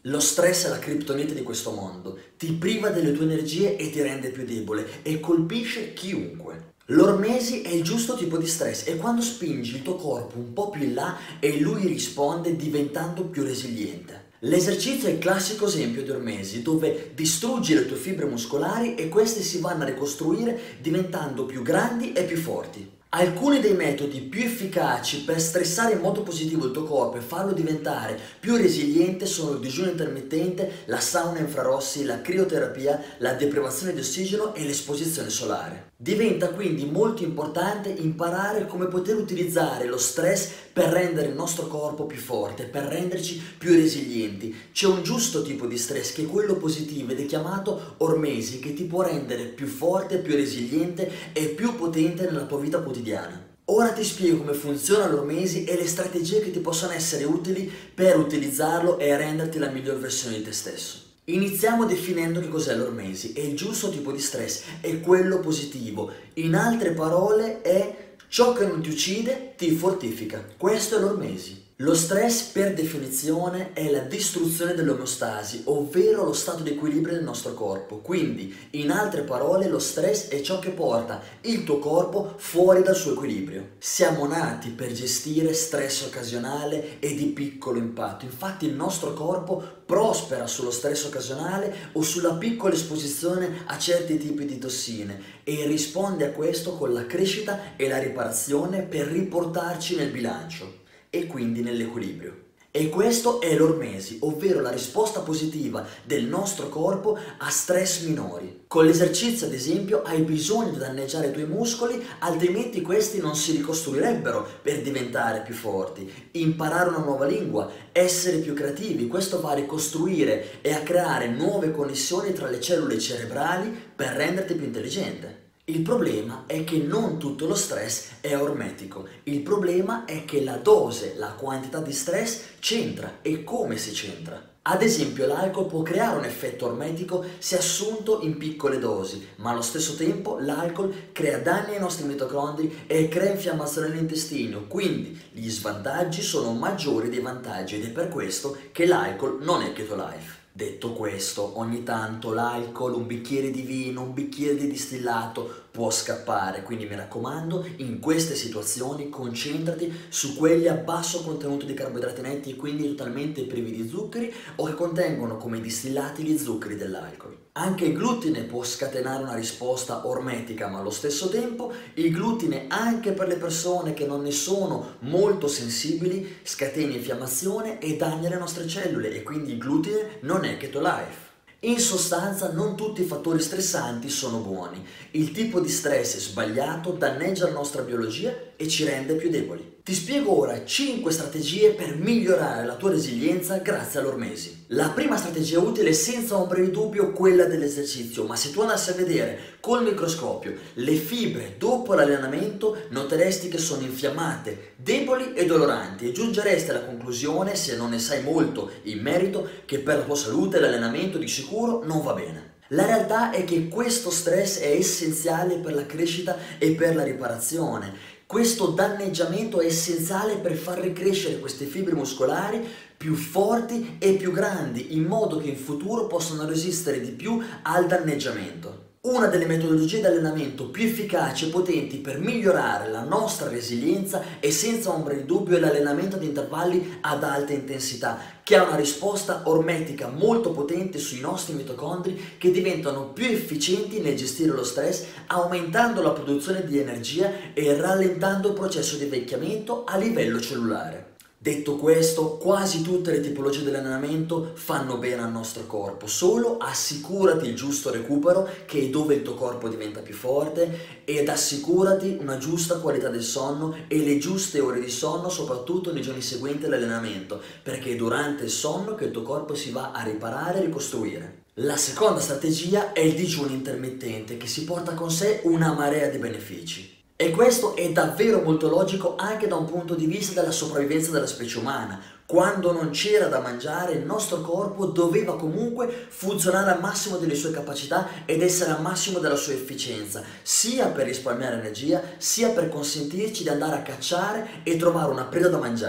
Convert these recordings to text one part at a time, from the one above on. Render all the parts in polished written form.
Lo stress è la criptonite di questo mondo, ti priva delle tue energie e ti rende più debole e colpisce chiunque. L'ormesi è il giusto tipo di stress e quando spingi il tuo corpo un po' più in là e lui risponde diventando più resiliente. L'esercizio è il classico esempio di ormesi dove distruggi le tue fibre muscolari e queste si vanno a ricostruire diventando più grandi e più forti. Alcuni dei metodi più efficaci per stressare in modo positivo il tuo corpo e farlo diventare più resiliente sono il digiuno intermittente, la sauna infrarossi, la crioterapia, la deprivazione di ossigeno e l'esposizione solare. Diventa quindi molto importante imparare come poter utilizzare lo stress per rendere il nostro corpo più forte, per renderci più resilienti. C'è un giusto tipo di stress che è quello positivo ed è chiamato ormesi, che ti può rendere più forte, più resiliente e più potente nella tua vita quotidiana. Ora ti spiego come funziona l'ormesi e le strategie che ti possono essere utili per utilizzarlo e renderti la miglior versione di te stesso. Iniziamo definendo che cos'è l'ormesi. È il giusto tipo di stress, è quello positivo. In altre parole è ciò che non ti uccide, ti fortifica. Questo è l'ormesi. Lo stress per definizione è la distruzione dell'omeostasi, ovvero lo stato di equilibrio del nostro corpo. Quindi, in altre parole, lo stress è ciò che porta il tuo corpo fuori dal suo equilibrio. Siamo nati per gestire stress occasionale e di piccolo impatto. Infatti il nostro corpo prospera sullo stress occasionale o sulla piccola esposizione a certi tipi di tossine e risponde a questo con la crescita e la riparazione per riportarci nel bilancio e quindi nell'equilibrio. E questo è l'ormesi, ovvero la risposta positiva del nostro corpo a stress minori. Con l'esercizio, ad esempio, hai bisogno di danneggiare i tuoi muscoli, altrimenti questi non si ricostruirebbero per diventare più forti. Imparare una nuova lingua, essere più creativi, questo va a ricostruire e a creare nuove connessioni tra le cellule cerebrali per renderti più intelligente. Il problema è che non tutto lo stress è ormetico, il problema è che la dose, la quantità di stress c'entra e come si c'entra. Ad esempio l'alcol può creare un effetto ormetico se assunto in piccole dosi, ma allo stesso tempo l'alcol crea danni ai nostri mitocondri e crea infiammazione all'intestino, quindi gli svantaggi sono maggiori dei vantaggi ed è per questo che l'alcol non è keto life. Detto questo, ogni tanto l'alcol, un bicchiere di vino, un bicchiere di distillato può scappare, quindi mi raccomando, in queste situazioni concentrati su quelli a basso contenuto di carboidrati netti e quindi totalmente privi di zuccheri o che contengono come distillati gli zuccheri dell'alcol. Anche il glutine può scatenare una risposta ormetica, ma allo stesso tempo il glutine, anche per le persone che non ne sono molto sensibili, scatena infiammazione e danna le nostre cellule e quindi il glutine non è keto life. In sostanza non tutti i fattori stressanti sono buoni. Il tipo di stress sbagliato danneggia la nostra biologia e ci rende più deboli. Ti spiego ora 5 strategie per migliorare la tua resilienza grazie all'ormesi. La prima strategia utile è senza ombra di dubbio quella dell'esercizio, ma se tu andassi a vedere col microscopio le fibre dopo l'allenamento noteresti che sono infiammate, deboli e doloranti e giungeresti alla conclusione, se non ne sai molto in merito, che per la tua salute l'allenamento di sicuro non va bene. La realtà è che questo stress è essenziale per la crescita e per la riparazione. Questo danneggiamento è essenziale per far ricrescere queste fibre muscolari più forti e più grandi, in modo che in futuro possano resistere di più al danneggiamento. Una delle metodologie di allenamento più efficaci e potenti per migliorare la nostra resilienza è senza ombra di dubbio l'allenamento di intervalli ad alta intensità, che ha una risposta ormetica molto potente sui nostri mitocondri che diventano più efficienti nel gestire lo stress, aumentando la produzione di energia e rallentando il processo di invecchiamento a livello cellulare. Detto questo, quasi tutte le tipologie di allenamento fanno bene al nostro corpo, solo assicurati il giusto recupero, che è dove il tuo corpo diventa più forte, ed assicurati una giusta qualità del sonno e le giuste ore di sonno, soprattutto nei giorni seguenti all'allenamento, perché è durante il sonno che il tuo corpo si va a riparare e ricostruire. La seconda strategia è il digiuno intermittente, che si porta con sé una marea di benefici. E questo è davvero molto logico anche da un punto di vista della sopravvivenza della specie umana. Quando non c'era da mangiare, il nostro corpo doveva comunque funzionare al massimo delle sue capacità ed essere al massimo della sua efficienza, sia per risparmiare energia, sia per consentirci di andare a cacciare e trovare una preda da mangiare.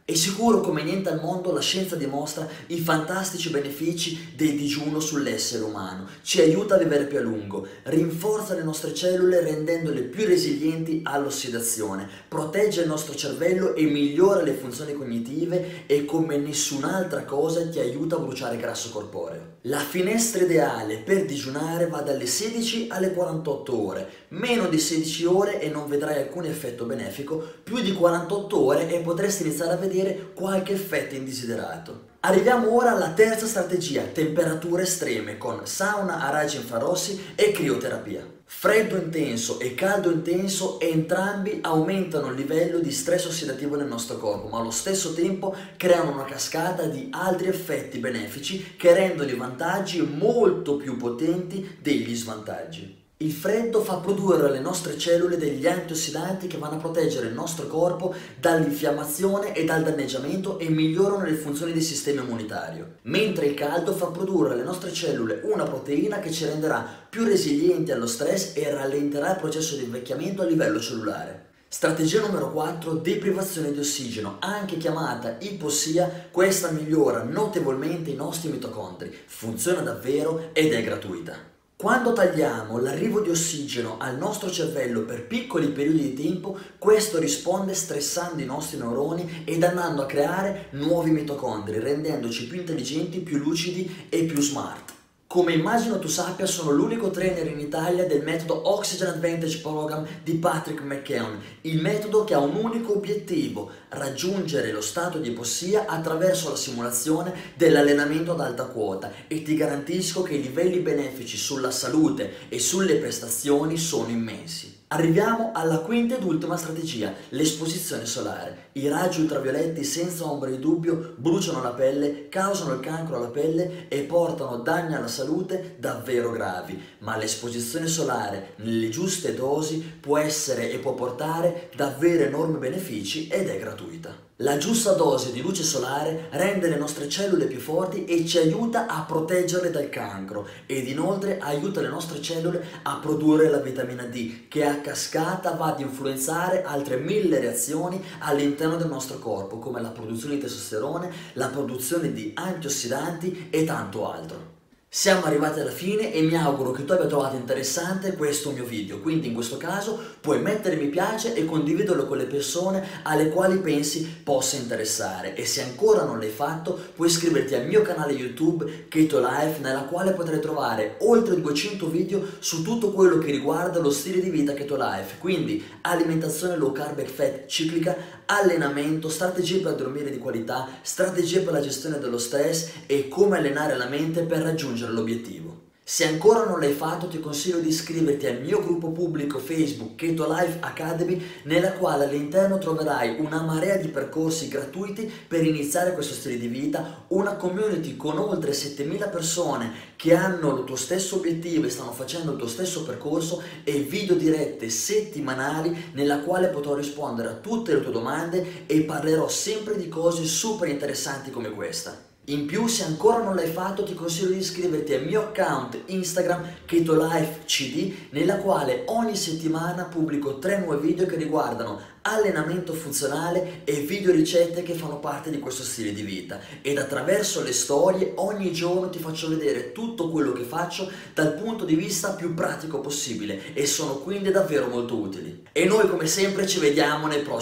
È sicuro come niente al mondo la scienza dimostra i fantastici benefici del digiuno sull'essere umano, ci aiuta a vivere più a lungo, rinforza le nostre cellule rendendole più resilienti all'ossidazione, protegge il nostro cervello e migliora le funzioni cognitive e come nessun'altra cosa ti aiuta a bruciare grasso corporeo. La finestra ideale per digiunare va dalle 16 alle 48 ore, meno di 16 ore e non vedrai alcun effetto benefico, più di 48 ore e potresti iniziare a vedere qualche effetto indesiderato. Arriviamo ora alla terza strategia, temperature estreme con sauna a raggi infrarossi e crioterapia. Freddo intenso e caldo intenso entrambi aumentano il livello di stress ossidativo nel nostro corpo, ma allo stesso tempo creano una cascata di altri effetti benefici che rendono i vantaggi molto più potenti degli svantaggi. Il freddo fa produrre alle nostre cellule degli antiossidanti che vanno a proteggere il nostro corpo dall'infiammazione e dal danneggiamento e migliorano le funzioni del sistema immunitario, mentre il caldo fa produrre alle nostre cellule una proteina che ci renderà più resilienti allo stress e rallenterà il processo di invecchiamento a livello cellulare. Strategia numero 4, deprivazione di ossigeno, anche chiamata ipossia, questa migliora notevolmente i nostri mitocondri, funziona davvero ed è gratuita. Quando tagliamo l'arrivo di ossigeno al nostro cervello per piccoli periodi di tempo, questo risponde stressando i nostri neuroni ed andando a creare nuovi mitocondri, rendendoci più intelligenti, più lucidi e più smart. Come immagino tu sappia, sono l'unico trainer in Italia del metodo Oxygen Advantage Program di Patrick McKeown, il metodo che ha un unico obiettivo: raggiungere lo stato di ipossia attraverso la simulazione dell'allenamento ad alta quota, e ti garantisco che i livelli benefici sulla salute e sulle prestazioni sono immensi. Arriviamo alla quinta ed ultima strategia, l'esposizione solare. I raggi ultravioletti senza ombra di dubbio bruciano la pelle, causano il cancro alla pelle e portano danni alla salute davvero gravi, ma l'esposizione solare nelle giuste dosi può essere e può portare davvero enormi benefici ed è gratuita. La giusta dose di luce solare rende le nostre cellule più forti e ci aiuta a proteggerle dal cancro, ed inoltre aiuta le nostre cellule a produrre la vitamina D, che a cascata va ad influenzare altre 1000 reazioni all'interno del nostro corpo, come la produzione di testosterone, la produzione di antiossidanti e tanto altro. Siamo arrivati alla fine e mi auguro che tu abbia trovato interessante questo mio video, quindi in questo caso puoi mettere mi piace e condividerlo con le persone alle quali pensi possa interessare, e se ancora non l'hai fatto puoi iscriverti al mio canale YouTube Keto Life, nella quale potrai trovare oltre 200 video su tutto quello che riguarda lo stile di vita Keto Life, quindi alimentazione low carb e fat ciclica, allenamento, strategie per dormire di qualità, strategie per la gestione dello stress e come allenare la mente per raggiungere l'obiettivo. Se ancora non l'hai fatto, ti consiglio di iscriverti al mio gruppo pubblico Facebook Keto Life Academy, nella quale all'interno troverai una marea di percorsi gratuiti per iniziare questo stile di vita, una community con oltre 7000 persone che hanno il tuo stesso obiettivo e stanno facendo il tuo stesso percorso, e video dirette settimanali nella quale potrò rispondere a tutte le tue domande e parlerò sempre di cose super interessanti come questa. In più, se ancora non l'hai fatto, ti consiglio di iscriverti al mio account Instagram Keto Life CD, nella quale ogni settimana pubblico 3 nuovi video che riguardano allenamento funzionale e video ricette che fanno parte di questo stile di vita, ed attraverso le storie ogni giorno ti faccio vedere tutto quello che faccio dal punto di vista più pratico possibile, e sono quindi davvero molto utili. E noi come sempre ci vediamo nel prossimo